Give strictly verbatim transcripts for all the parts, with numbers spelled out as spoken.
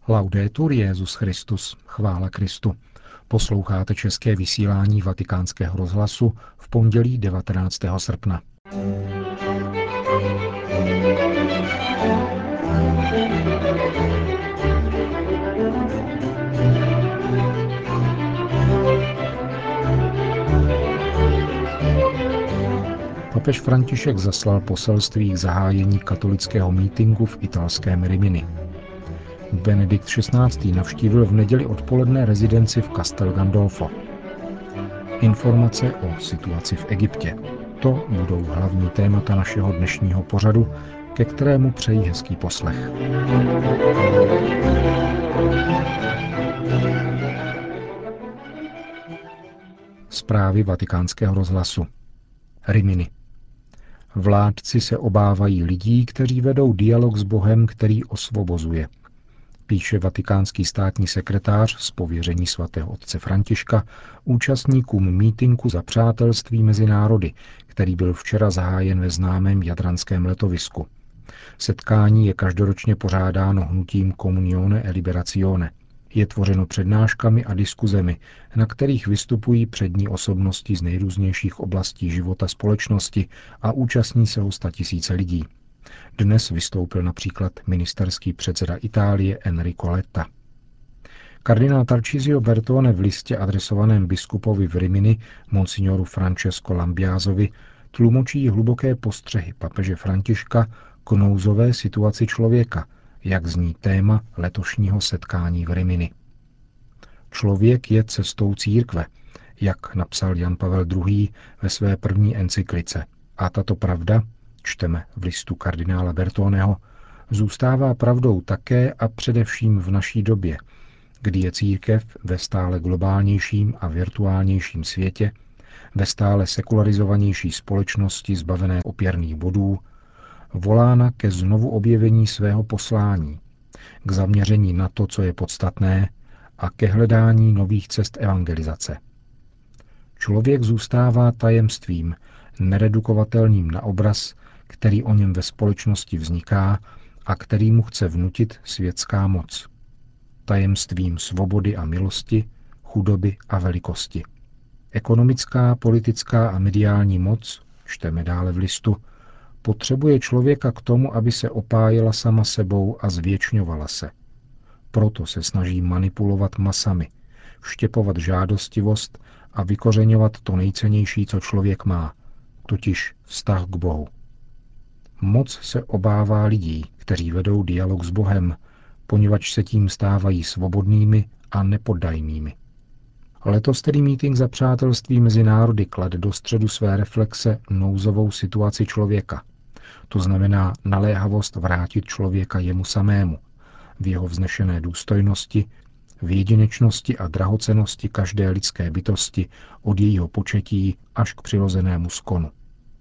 Laudetur Jesus Christus, chvála Kristu. Posloucháte české vysílání Vatikánského rozhlasu v pondělí devatenáctého srpna. Papež František zaslal poselství k zahájení katolického mítinku v italském Rimini. Benedikt šestnáctý navštívil v neděli odpoledne rezidenci v Castel Gandolfo. Informace o situaci v Egyptě. To budou hlavní témata našeho dnešního pořadu, ke kterému přeji hezký poslech. Zprávy Vatikánského rozhlasu. Rimini. Vládci se obávají lidí, kteří vedou dialog s Bohem, který osvobozuje. Píše vatikánský státní sekretář z pověření svatého otce Františka účastníkům mítinku za přátelství mezi národy, který byl včera zahájen ve známém jadranském letovisku. Setkání je každoročně pořádáno hnutím Comunione e Liberazione. Je tvořeno přednáškami a diskuzemi, na kterých vystupují přední osobnosti z nejrůznějších oblastí života společnosti a účastní se ho statisíce lidí. Dnes vystoupil například ministerský předseda Itálie Enrico Letta. Kardinál Tarcisio Bertone v listě adresovaném biskupovi v Rimini, monsignoru Francesco Lambiasovi, tlumočí hluboké postřehy papeže Františka k nouzové situaci člověka, jak zní téma letošního setkání v Rimini. Člověk je cestou církve, jak napsal Jan Pavel druhý. Ve své první encyklice. A tato pravda, čteme v listu kardinála Bertoneho, zůstává pravdou také a především v naší době, kdy je církev ve stále globálnějším a virtuálnějším světě, ve stále sekularizovanější společnosti zbavené opěrných bodů, volána ke znovu objevení svého poslání, k zaměření na to, co je podstatné, a ke hledání nových cest evangelizace. Člověk zůstává tajemstvím, neredukovatelným na obraz, který o něm ve společnosti vzniká a který mu chce vnutit světská moc. Tajemstvím svobody a milosti, chudoby a velikosti. Ekonomická, politická a mediální moc, čteme dále v listu, potřebuje člověka k tomu, aby se opájela sama sebou a zvěčňovala se. Proto se snaží manipulovat masami, vštěpovat žádostivost a vykořeňovat to nejcennější, co člověk má, totiž vztah k Bohu. Moc se obává lidí, kteří vedou dialog s Bohem, poněvadž se tím stávají svobodnými a nepoddajnými. Letos tedy mítink za přátelství mezi národy klade do středu své reflexe nouzovou situaci člověka. To znamená naléhavost vrátit člověka jemu samému, v jeho vznešené důstojnosti, v jedinečnosti a drahocennosti každé lidské bytosti od jejího početí až k přirozenému skonu.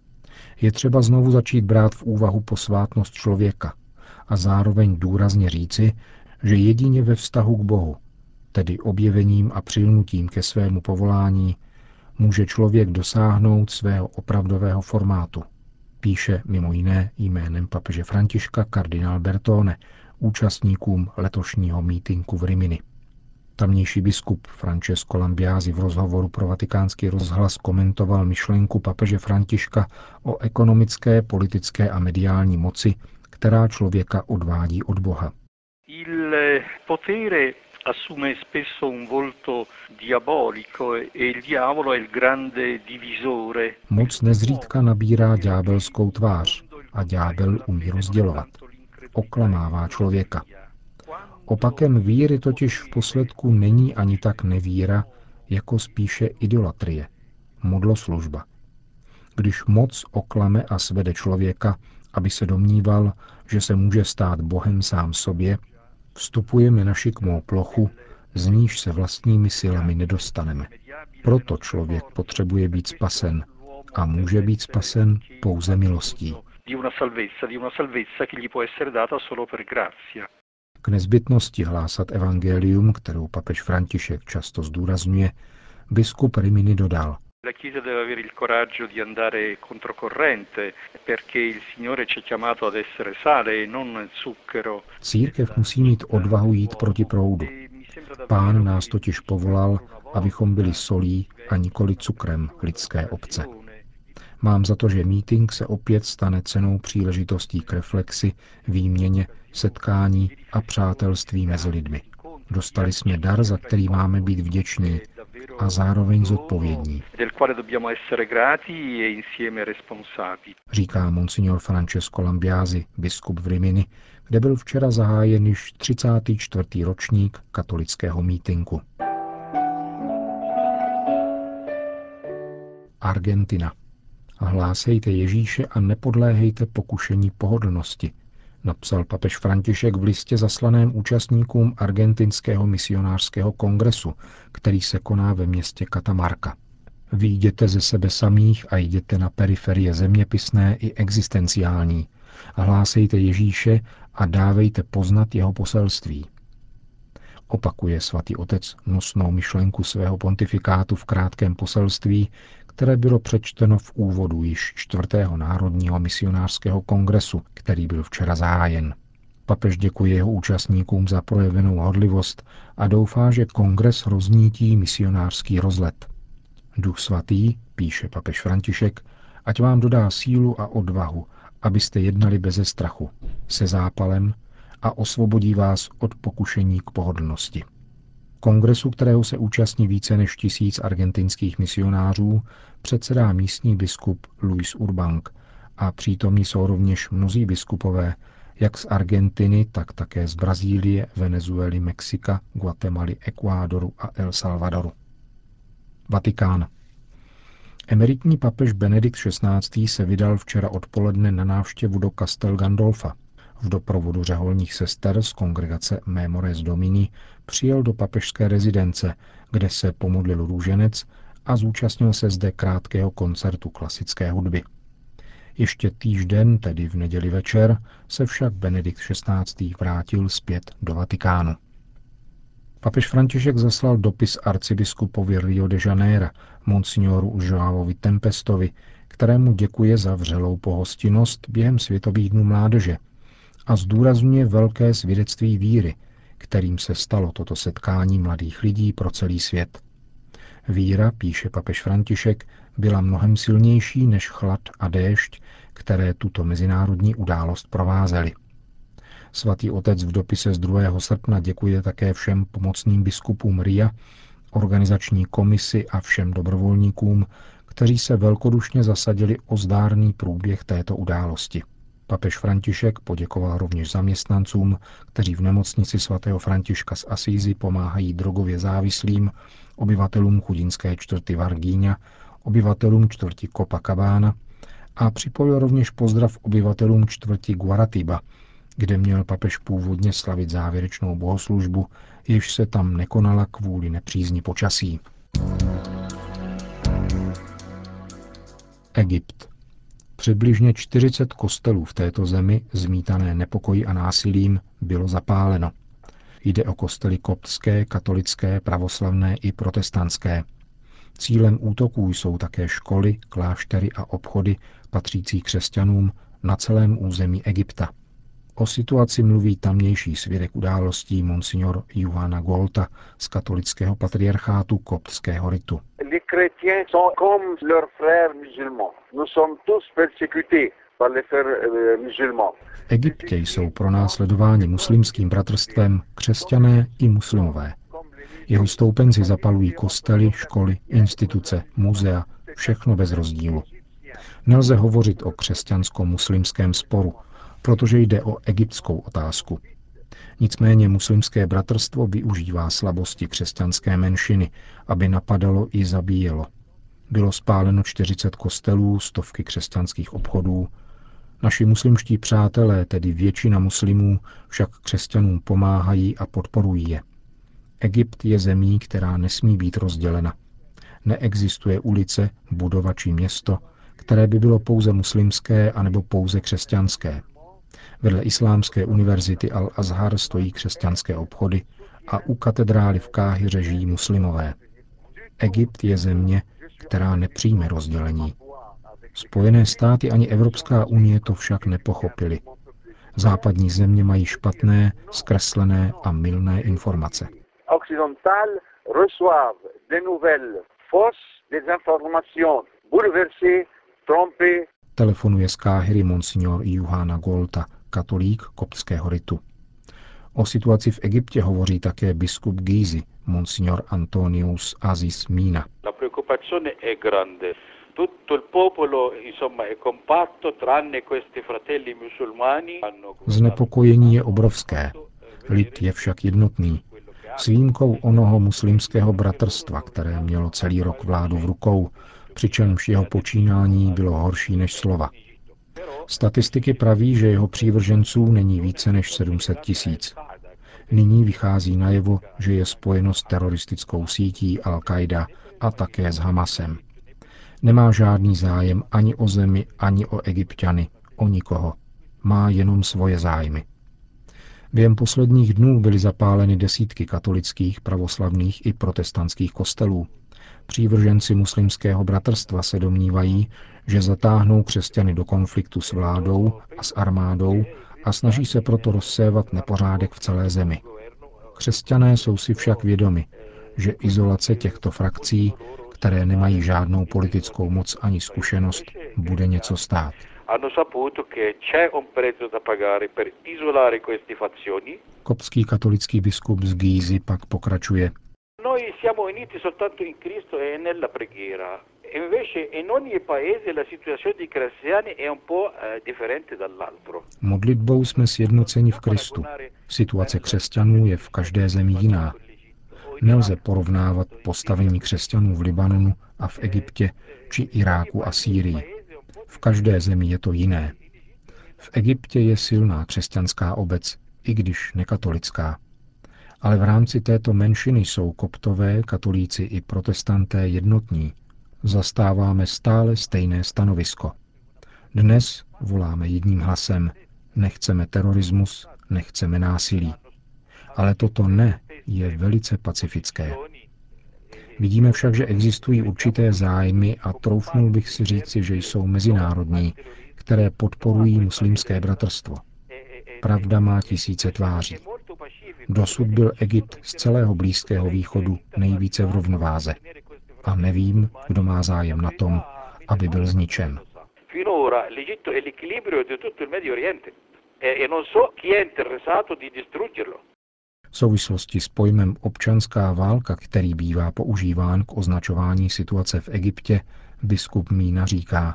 Je třeba znovu začít brát v úvahu posvátnost člověka a zároveň důrazně říci, že jedině ve vztahu k Bohu, tedy objevením a přilnutím ke svému povolání, může člověk dosáhnout svého opravdového formátu, píše mimo jiné jménem papeže Františka kardinál Bertone účastníkům letošního mítinku v Rimini. Tamnější biskup Francesco Lambiasi v rozhovoru pro Vatikánský rozhlas komentoval myšlenku papeže Františka o ekonomické, politické a mediální moci, která člověka odvádí od Boha. Il potere assume spesso un volto diabolico e il diavolo è il grande divisore. Moc nezřídka nabírá ďábelskou tvář a ďábel umí rozdělovat. Oklamává člověka. Opakem víry totiž v posledku není ani tak nevíra, jako spíše idolatrie, modloslužba. Když moc oklame a svede člověka, aby se domníval, že se může stát Bohem sám sobě, vstupujeme na šikmou plochu, z níž se vlastními silami nedostaneme. Proto člověk potřebuje být spasen a může být spasen pouze milostí. K nezbytnosti hlásat evangelium, kterou papež František často zdůrazňuje, biskup Rimini dodal: La Chiesa deve avere il coraggio di andare controcorrente, perché il Signore ci ha chiamato ad essere sale e non zucchero. Církev musí mít odvahu jít proti proudu. Pán nás totiž povolal, abychom byli solí a nikoli cukrem lidské obce. Mám za to, že mítink se opět stane cennou příležitostí k reflexi, výměně, setkání a přátelství mezi lidmi. Dostali jsme dar, za který máme být vděční a zároveň zodpovědní, říká monsignor Francesco Lambiasi, biskup v Rimini, kde byl včera zahájen již třicátý čtvrtý ročník katolického mítinku. Argentina. Hlásejte Ježíše a nepodléhejte pokušení pohodlnosti, napsal papež František v listě zaslaném účastníkům argentinského misionářského kongresu, který se koná ve městě Catamarca. Vyjděte ze sebe samých a jděte na periferie zeměpisné i existenciální. Hlásejte Ježíše a dávejte poznat jeho poselství. Opakuje svatý otec nosnou myšlenku svého pontifikátu v krátkém poselství, které bylo přečteno v úvodu již čtvrtého národního misionářského kongresu, který byl včera zahájen. Papež děkuje jeho účastníkům za projevenou horlivost a doufá, že kongres roznítí misionářský rozlet. Duch svatý, píše papež František, ať vám dodá sílu a odvahu, abyste jednali beze strachu, se zápalem a osvobodí vás od pokušení k pohodlnosti. Kongresu, kterého se účastní více než tisíc argentinských misionářů, předsedá místní biskup Luis Urbank a přítomní jsou rovněž mnozí biskupové, jak z Argentiny, tak také z Brazílie, Venezuely, Mexika, Guatemaly, Ekvádoru a El Salvadoru. Vatikán. Emeritní papež Benedikt šestnáctý se vydal včera odpoledne na návštěvu do Castel Gandolfa. V doprovodu řeholních sester z kongregace Memores Domini přijel do papežské rezidence, kde se pomodlil růženec a zúčastnil se zde krátkého koncertu klasické hudby. Ještě týžden, tedy v neděli večer, se však Benedikt šestnáctý vrátil zpět do Vatikánu. Papež František zaslal dopis arcibiskupovi Rio de Janeiro, monsignoru Joaovi Tempestovi, kterému děkuje za vřelou pohostinnost během Světových dnů mládeže a zdůrazňuje velké svědectví víry, kterým se stalo toto setkání mladých lidí pro celý svět. Víra, píše papež František, byla mnohem silnější než chlad a déšť, které tuto mezinárodní událost provázely. Svatý otec v dopise z druhého srpna děkuje také všem pomocným biskupům Ria, organizační komisi a všem dobrovolníkům, kteří se velkodušně zasadili o zdárný průběh této události. Papež František poděkoval rovněž zaměstnancům, kteří v nemocnici svatého Františka z Asízy pomáhají drogově závislým, obyvatelům chudinské čtvrty Vargíňa, obyvatelům čtvrti Copacabana a připojil rovněž pozdrav obyvatelům čtvrti Guaratiba, kde měl papež původně slavit závěrečnou bohoslužbu, jež se tam nekonala kvůli nepřízni počasí. Egypt. Přibližně čtyřicet kostelů v této zemi, zmítané nepokoji a násilím, bylo zapáleno. Jde o kostely koptské, katolické, pravoslavné i protestantské. Cílem útoků jsou také školy, kláštery a obchody patřící křesťanům na celém území Egypta. O situaci mluví tamnější svědek událostí monsignor Juana Golta z katolického patriarchátu koptského ritu. V Egyptě jsou pronásledováni muslimským bratrstvem křesťané i muslimové. Jeho stoupenci zapalují kostely, školy, instituce, muzea, všechno bez rozdílu. Nelze hovořit o křesťansko-muslimském sporu, protože jde o egyptskou otázku. Nicméně muslimské bratrstvo využívá slabosti křesťanské menšiny, aby napadalo i zabíjelo. Bylo spáleno čtyřicet kostelů, stovky křesťanských obchodů. Naši muslimští přátelé, tedy většina muslimů, však křesťanům pomáhají a podporují je. Egypt je zemí, která nesmí být rozdělena. Neexistuje ulice, budova či město, které by bylo pouze muslimské anebo pouze křesťanské. Vedle islámské univerzity Al-Azhar stojí křesťanské obchody a u katedrály v Káhiře žijí muslimové. Egypt je země, která nepřijme rozdělení. Spojené státy ani Evropská unie to však nepochopili. Západní země mají špatné, zkreslené a mylné informace. Telefonuje z Káhiry monsignor Juhana Golta, katolík koptského ritu. O situaci v Egyptě hovoří také biskup Gízy, monsignor Antonius Aziz Mina. Znepokojení je obrovské. Lid je však jednotný. S výjimkou onoho muslimského bratrstva, které mělo celý rok vládu v rukou, přičemž jeho počínání bylo horší než slova. Statistiky praví, že jeho přívrženců není více než sedm set tisíc. Nyní vychází najevo, že je spojeno s teroristickou sítí Al-Qaida a také s Hamasem. Nemá žádný zájem ani o zemi, ani o Egypťany, o nikoho. Má jenom svoje zájmy. Během posledních dnů byly zapáleny desítky katolických, pravoslavných i protestantských kostelů. Přívrženci muslimského bratrstva se domnívají, že zatáhnou křesťany do konfliktu s vládou a s armádou a snaží se proto rozsévat nepořádek v celé zemi. Křesťané jsou si však vědomi, že izolace těchto frakcí, které nemají žádnou politickou moc ani zkušenost, bude něco stát. Koptský katolický biskup z Gízy pak pokračuje. Modlitbou jsme sjednoceni v Kristu. Situace křesťanů je v každé zemi jiná. Nelze porovnávat postavení křesťanů v Libanonu a v Egyptě či Iráku a Sýrii. V každé zemi je to jiné. V Egyptě je silná křesťanská obec, i když nekatolická. Ale v rámci této menšiny jsou koptové, katolíci i protestanté jednotní. Zastáváme stále stejné stanovisko. Dnes voláme jedním hlasem. Nechceme terorismus, nechceme násilí. Ale toto ne je velice pacifické. Vidíme však, že existují určité zájmy a troufnul bych si říci, že jsou mezinárodní, které podporují muslimské bratrstvo. Pravda má tisíce tváří. Dosud byl Egypt z celého Blízkého východu nejvíce v rovnováze. A nevím, kdo má zájem na tom, aby byl zničen. V souvislosti s pojmem občanská válka, který bývá používán k označování situace v Egyptě, biskup Mina říká: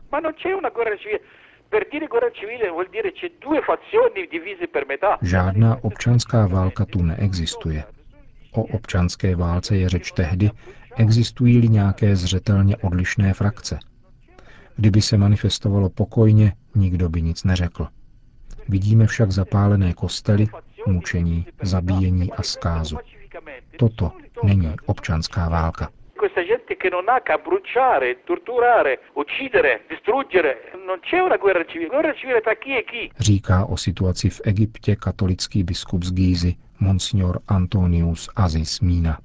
žádná občanská válka tu neexistuje. O občanské válce je řeč tehdy, existují-li nějaké zřetelně odlišné frakce. Kdyby se manifestovalo pokojně, nikdo by nic neřekl. Vidíme však zapálené kostely, mučení, zabíjení a zkázu. Toto není občanská válka. Říká o situaci v Egyptě katolický biskup z Gízy, monsignor Antonius Aziz Mina.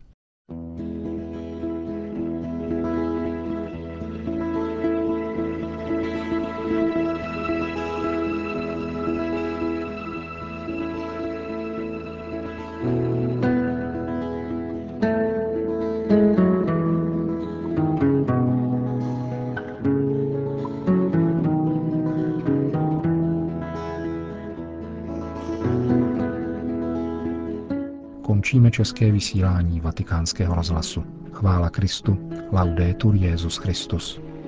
Končíme české vysílání Vatikánského rozhlasu. Chvála Kristu, laudetur Jesus Christus.